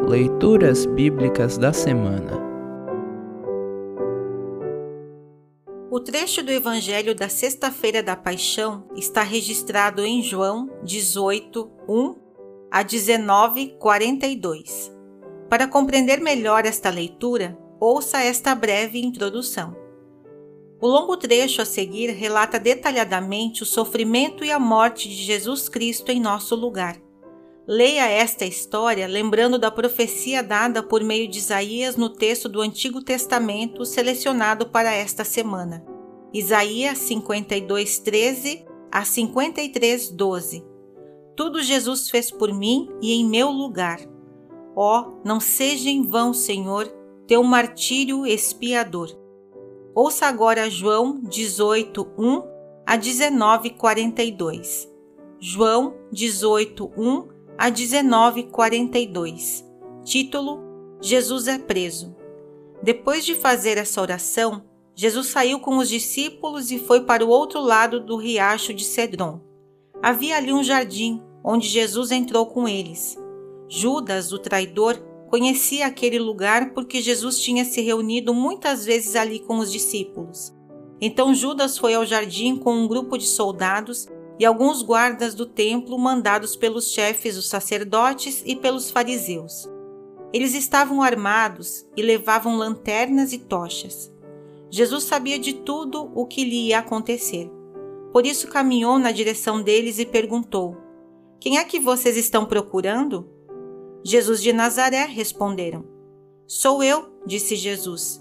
Leituras Bíblicas da Semana. O trecho do Evangelho da Sexta-feira da Paixão está registrado em João 18, 1 a 19, 42. Para compreender melhor esta leitura, ouça esta breve introdução. O longo trecho a seguir relata detalhadamente o sofrimento e a morte de Jesus Cristo em nosso lugar. Leia esta história lembrando da profecia dada por meio de Isaías no texto do Antigo Testamento selecionado para esta semana. Isaías 52, 13 a 53, 12. Tudo Jesus fez por mim e em meu lugar. Ó, não seja em vão, Senhor, teu martírio expiador. Ouça agora João 18, 1 a 19, 42. João 18, 1 a 19, 42. Título: Jesus é preso. Depois de fazer essa oração, Jesus saiu com os discípulos e foi para o outro lado do riacho de Cedron. Havia ali um jardim, onde Jesus entrou com eles. Judas, o traidor, conhecia aquele lugar porque Jesus tinha se reunido muitas vezes ali com os discípulos. Então Judas foi ao jardim com um grupo de soldados e alguns guardas do templo mandados pelos chefes dos sacerdotes e pelos fariseus. Eles estavam armados e levavam lanternas e tochas. Jesus sabia de tudo o que lhe ia acontecer. Por isso caminhou na direção deles e perguntou: "Quem é que vocês estão procurando?" "Jesus de Nazaré", responderam. "Sou eu", disse Jesus.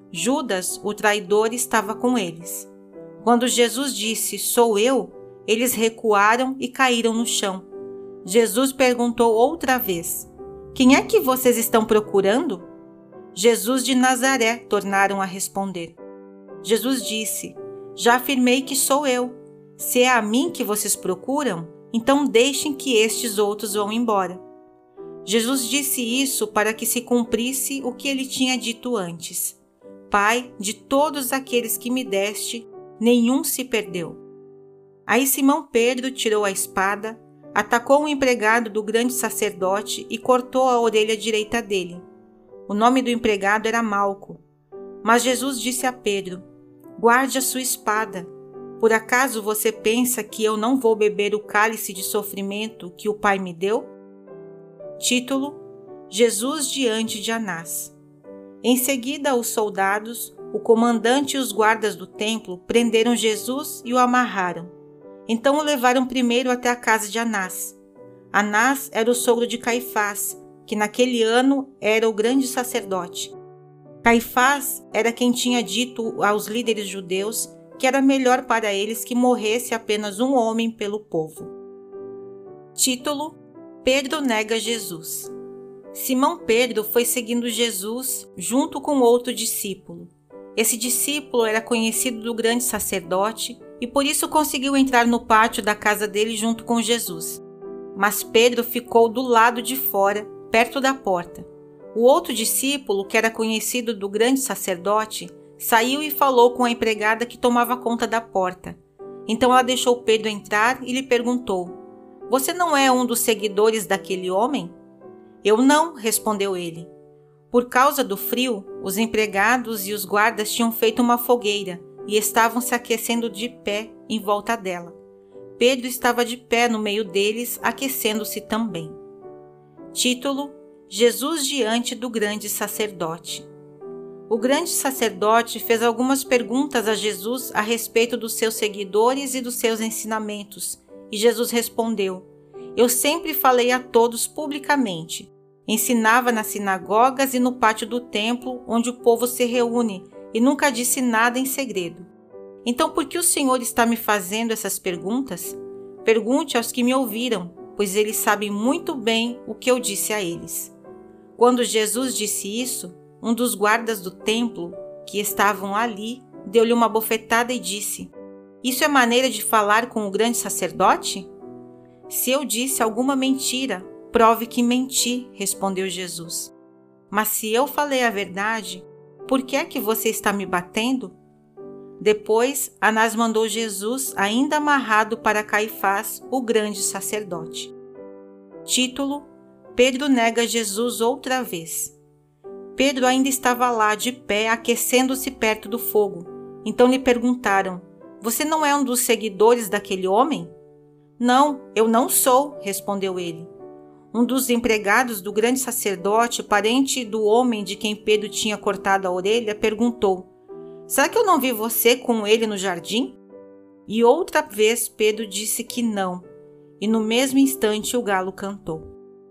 Judas, o traidor, estava com eles. Quando Jesus disse "Sou eu", eles recuaram e caíram no chão. Jesus perguntou outra vez: "Quem é que vocês estão procurando?" "Jesus de Nazaré", tornaram a responder. Jesus disse: "Já afirmei que sou eu. Se é a mim que vocês procuram, então deixem que estes outros vão embora." Jesus disse isso para que se cumprisse o que ele tinha dito antes: "Pai, de todos aqueles que me deste, nenhum se perdeu." Aí Simão Pedro tirou a espada, atacou um empregado do grande sacerdote e cortou a orelha direita dele. O nome do empregado era Malco. Mas Jesus disse a Pedro: "Guarde a sua espada. Por acaso você pensa que eu não vou beber o cálice de sofrimento que o Pai me deu?" Título: Jesus diante de Anás. Em seguida, os soldados, o comandante e os guardas do templo prenderam Jesus e o amarraram. Então o levaram primeiro até a casa de Anás. Anás era o sogro de Caifás, que naquele ano era o grande sacerdote. Caifás era quem tinha dito aos líderes judeus que era melhor para eles que morresse apenas um homem pelo povo. Título: Pedro nega Jesus. Simão Pedro foi seguindo Jesus junto com outro discípulo. Esse discípulo era conhecido do grande sacerdote e por isso conseguiu entrar no pátio da casa dele junto com Jesus. Mas Pedro ficou do lado de fora, perto da porta. O outro discípulo, que era conhecido do grande sacerdote, saiu e falou com a empregada que tomava conta da porta. Então ela deixou Pedro entrar e lhe perguntou: "Você não é um dos seguidores daquele homem?" "Eu não", respondeu ele. Por causa do frio, os empregados e os guardas tinham feito uma fogueira e estavam se aquecendo de pé em volta dela. Pedro estava de pé no meio deles, aquecendo-se também. Título: Jesus diante do grande sacerdote. O grande sacerdote fez algumas perguntas a Jesus a respeito dos seus seguidores e dos seus ensinamentos, e Jesus respondeu: "Eu sempre falei a todos publicamente. Ensinava nas sinagogas e no pátio do templo, onde o povo se reúne, e nunca disse nada em segredo. Então por que o Senhor está me fazendo essas perguntas? Pergunte aos que me ouviram, pois eles sabem muito bem o que eu disse a eles." Quando Jesus disse isso, um dos guardas do templo, que estavam ali, deu-lhe uma bofetada e disse: "Isso é maneira de falar com o grande sacerdote?" "Se eu disse alguma mentira, prove que menti", respondeu Jesus. "Mas se eu falei a verdade, por que é que você está me batendo?" Depois, Anás mandou Jesus ainda amarrado para Caifás, o grande sacerdote. Título: Pedro nega Jesus outra vez. Pedro ainda estava lá, de pé, aquecendo-se perto do fogo. Então lhe perguntaram: Você não é um dos seguidores daquele homem? Não, eu não sou, respondeu ele. Um dos empregados do grande sacerdote, parente do homem de quem Pedro tinha cortado a orelha, perguntou: Será que eu não vi você com ele no jardim? E outra vez Pedro disse que não, e no mesmo instante o galo cantou.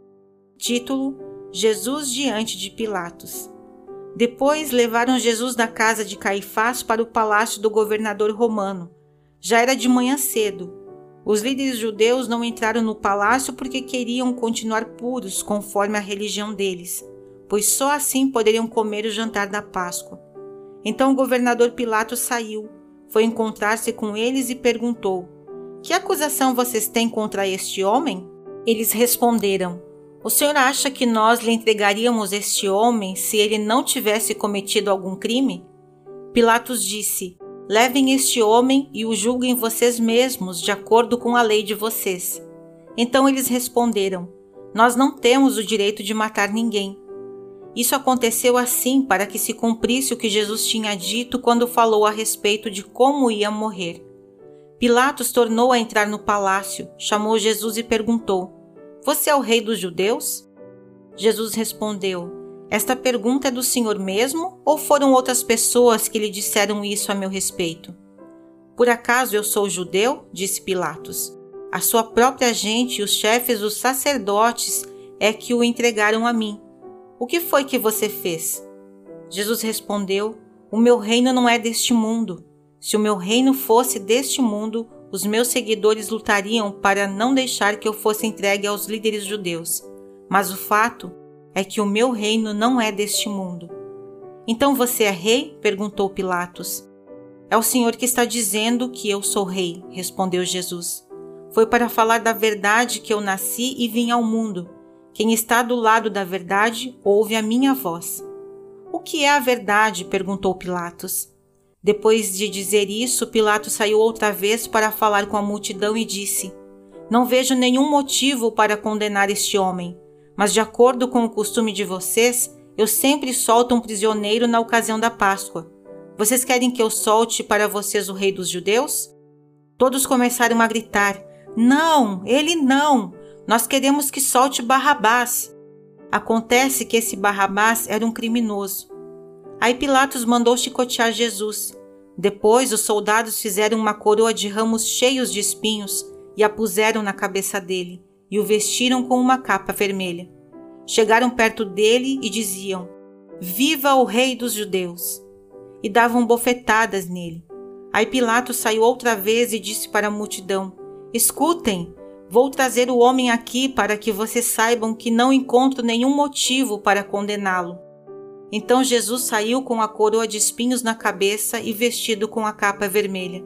Título: Jesus diante de Pilatos. Depois levaram Jesus da casa de Caifás para o palácio do governador romano. Já era de manhã cedo. Os líderes judeus não entraram no palácio porque queriam continuar puros conforme a religião deles, pois só assim poderiam comer o jantar da Páscoa. Então o governador Pilatos saiu, foi encontrar-se com eles e perguntou: Que acusação vocês têm contra este homem? Eles responderam: O senhor acha que nós lhe entregaríamos este homem se ele não tivesse cometido algum crime? Pilatos disse: Levem este homem e o julguem vocês mesmos, de acordo com a lei de vocês. Então eles responderam: Nós não temos o direito de matar ninguém. Isso aconteceu assim para que se cumprisse o que Jesus tinha dito quando falou a respeito de como ia morrer. Pilatos tornou a entrar no palácio, chamou Jesus e perguntou: Você é o rei dos judeus? Jesus respondeu: Esta pergunta é do Senhor mesmo ou foram outras pessoas que lhe disseram isso a meu respeito? Por acaso eu sou judeu? Disse Pilatos. A sua própria gente e os chefes dos sacerdotes é que o entregaram a mim. O que foi que você fez? Jesus respondeu: O meu reino não é deste mundo. Se o meu reino fosse deste mundo, os meus seguidores lutariam para não deixar que eu fosse entregue aos líderes judeus. Mas o fato é que o meu reino não é deste mundo. Então você é rei? Perguntou Pilatos. É o Senhor que está dizendo que eu sou rei, respondeu Jesus. Foi para falar da verdade que eu nasci e vim ao mundo. Quem está do lado da verdade ouve a minha voz. O que é a verdade? Perguntou Pilatos. Depois de dizer isso, Pilatos saiu outra vez para falar com a multidão e disse: Não vejo nenhum motivo para condenar este homem, mas de acordo com o costume de vocês, eu sempre solto um prisioneiro na ocasião da Páscoa. Vocês querem que eu solte para vocês o rei dos judeus? Todos começaram a gritar: Não, ele não! Nós queremos que solte Barrabás. Acontece que esse Barrabás era um criminoso. Aí Pilatos mandou chicotear Jesus. Depois os soldados fizeram uma coroa de ramos cheios de espinhos e a puseram na cabeça dele e o vestiram com uma capa vermelha. Chegaram perto dele e diziam: Viva o rei dos judeus! E davam bofetadas nele. Aí Pilatos saiu outra vez e disse para a multidão: Escutem! Vou trazer o homem aqui para que vocês saibam que não encontro nenhum motivo para condená-lo. Então Jesus saiu com a coroa de espinhos na cabeça e vestido com a capa vermelha.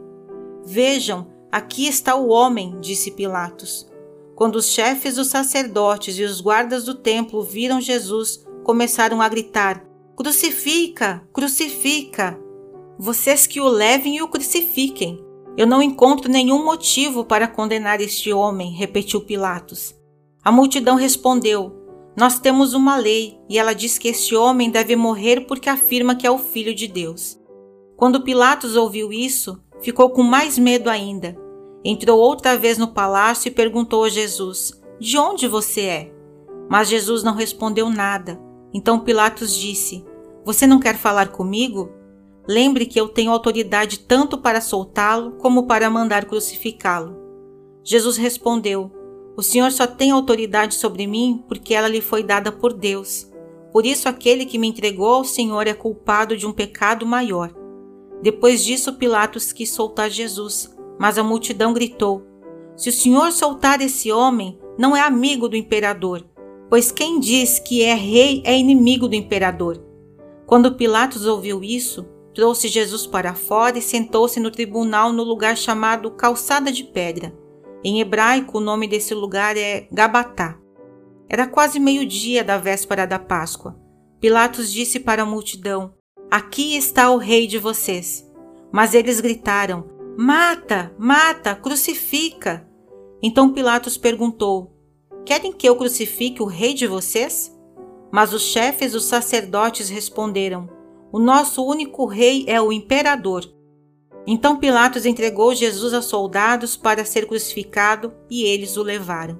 Vejam, aqui está o homem, disse Pilatos. Quando os chefes dos sacerdotes e os guardas do templo viram Jesus, começaram a gritar: Crucifica! Crucifica! Vocês que o levem e o crucifiquem. Eu não encontro nenhum motivo para condenar este homem, repetiu Pilatos. A multidão respondeu: Nós temos uma lei e ela diz que este homem deve morrer porque afirma que é o Filho de Deus. Quando Pilatos ouviu isso, ficou com mais medo ainda. Entrou outra vez no palácio e perguntou a Jesus: De onde você é? Mas Jesus não respondeu nada. Então Pilatos disse: Você não quer falar comigo? Lembre que eu tenho autoridade tanto para soltá-lo como para mandar crucificá-lo. Jesus respondeu: O Senhor só tem autoridade sobre mim porque ela lhe foi dada por Deus. Por isso aquele que me entregou ao Senhor é culpado de um pecado maior. Depois disso Pilatos quis soltar Jesus, mas a multidão gritou: Se o Senhor soltar esse homem, não é amigo do imperador, pois quem diz que é rei é inimigo do imperador. Quando Pilatos ouviu isso, trouxe Jesus para fora e sentou-se no tribunal no lugar chamado Calçada de Pedra. Em hebraico, o nome desse lugar é Gabatá. Era quase meio-dia da véspera da Páscoa. Pilatos disse para a multidão: Aqui está o rei de vocês. Mas eles gritaram: Mata, mata, crucifica. Então Pilatos perguntou: querem que eu crucifique o rei de vocês? Mas os chefes dos sacerdotes responderam: o nosso único rei é o imperador. Então Pilatos entregou Jesus aos soldados para ser crucificado e eles o levaram.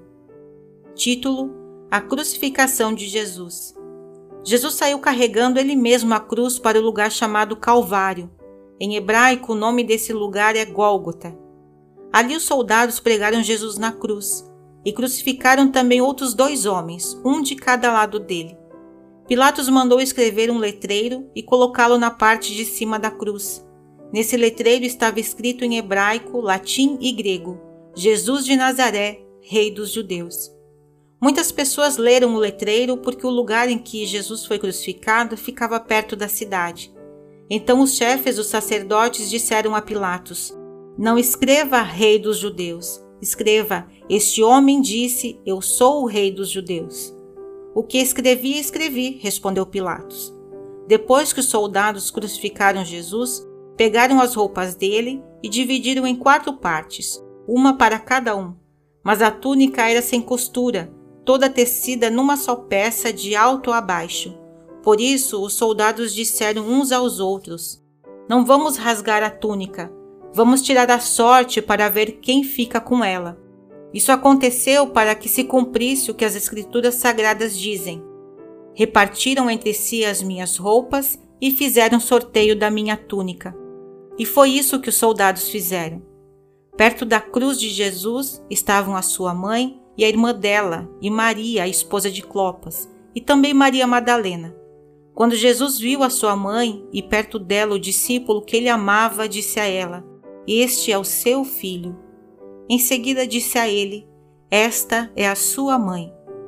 Título: A crucificação de Jesus. Jesus saiu carregando ele mesmo a cruz para o lugar chamado Calvário. Em hebraico, o nome desse lugar é Gólgota. Ali os soldados pregaram Jesus na cruz e crucificaram também outros 2 homens, um de cada lado dele. Pilatos mandou escrever um letreiro e colocá-lo na parte de cima da cruz. Nesse letreiro estava escrito em hebraico, latim e grego: Jesus de Nazaré, Rei dos Judeus. Muitas pessoas leram o letreiro porque o lugar em que Jesus foi crucificado ficava perto da cidade. Então os chefes dos sacerdotes disseram a Pilatos: não escreva Rei dos Judeus, escreva: este homem disse, eu sou o Rei dos Judeus. O que escrevi, respondeu Pilatos. Depois que os soldados crucificaram Jesus, pegaram as roupas dele e dividiram em 4 partes, uma para cada um. Mas a túnica era sem costura, toda tecida numa só peça de alto a baixo. Por isso os soldados disseram uns aos outros: não vamos rasgar a túnica, vamos tirar a sorte para ver quem fica com ela. Isso aconteceu para que se cumprisse o que as Escrituras Sagradas dizem: repartiram entre si as minhas roupas e fizeram sorteio da minha túnica. E foi isso que os soldados fizeram. Perto da cruz de Jesus estavam a sua mãe e a irmã dela, e Maria, a esposa de Clopas, e também Maria Madalena. Quando Jesus viu a sua mãe e perto dela o discípulo que ele amava, disse a ela: este é o seu filho. Em seguida disse a ele: esta é a sua mãe.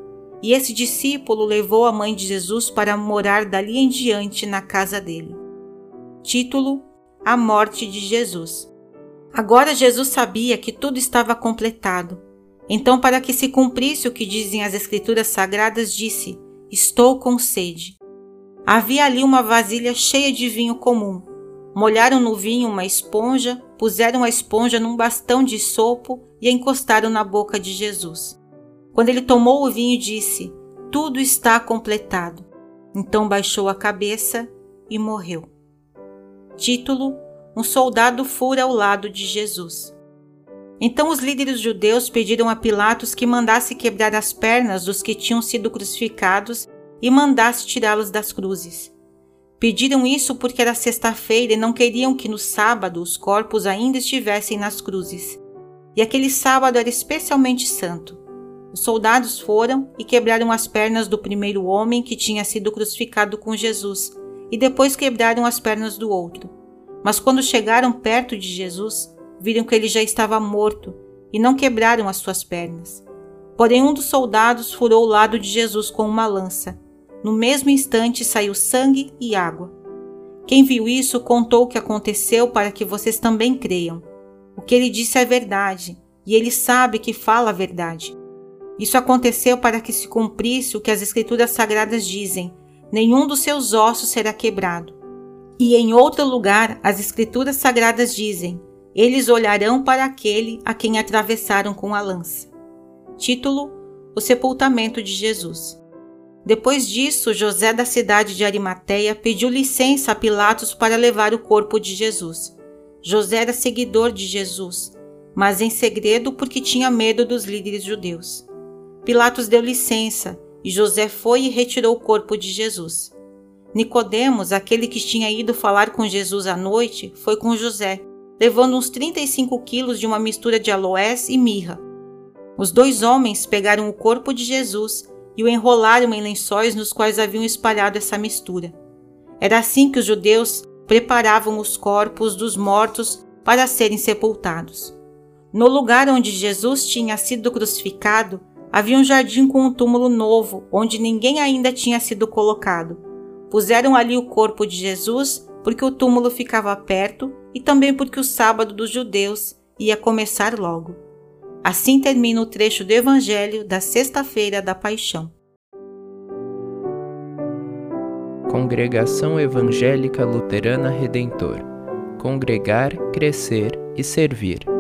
E esse discípulo levou a mãe de Jesus para morar dali em diante na casa dele. Título: A morte de Jesus. Agora Jesus sabia que tudo estava completado. Então, para que se cumprisse o que dizem as Escrituras Sagradas, disse: estou com sede. Havia ali uma vasilha cheia de vinho comum. Molharam no vinho uma esponja, puseram a esponja num bastão de sopo e a encostaram na boca de Jesus. Quando ele tomou o vinho, disse: tudo está completado. Então baixou a cabeça e morreu. Título: Um soldado fura ao lado de Jesus. Então os líderes judeus pediram a Pilatos que mandasse quebrar as pernas dos que tinham sido crucificados e mandasse tirá-los das cruzes. Pediram isso porque era sexta-feira e não queriam que no sábado os corpos ainda estivessem nas cruzes. E aquele sábado era especialmente santo. Os soldados foram e quebraram as pernas do primeiro homem que tinha sido crucificado com Jesus, e depois quebraram as pernas do outro. Mas quando chegaram perto de Jesus, viram que ele já estava morto e não quebraram as suas pernas. Porém, um dos soldados furou o lado de Jesus com uma lança. No mesmo instante saiu sangue e água. Quem viu isso contou o que aconteceu para que vocês também creiam. O que ele disse é verdade, e ele sabe que fala a verdade. Isso aconteceu para que se cumprisse o que as Escrituras Sagradas dizem: nenhum dos seus ossos será quebrado. E em outro lugar, as Escrituras Sagradas dizem: eles olharão para aquele a quem atravessaram com a lança. Título: O sepultamento de Jesus. Depois disso, José da cidade de Arimateia pediu licença a Pilatos para levar o corpo de Jesus. José era seguidor de Jesus, mas em segredo porque tinha medo dos líderes judeus. Pilatos deu licença e José foi e retirou o corpo de Jesus. Nicodemos, aquele que tinha ido falar com Jesus à noite, foi com José, levando uns 35 quilos de uma mistura de aloés e mirra. Os 2 homens pegaram o corpo de Jesus e o enrolaram em lençóis nos quais haviam espalhado essa mistura. Era assim que os judeus preparavam os corpos dos mortos para serem sepultados. No lugar onde Jesus tinha sido crucificado, havia um jardim com um túmulo novo, onde ninguém ainda tinha sido colocado. Puseram ali o corpo de Jesus porque o túmulo ficava perto e também porque o sábado dos judeus ia começar logo. Assim termina o trecho do Evangelho da Sexta-feira da Paixão. Congregação Evangélica Luterana Redentor. Congregar, crescer e servir.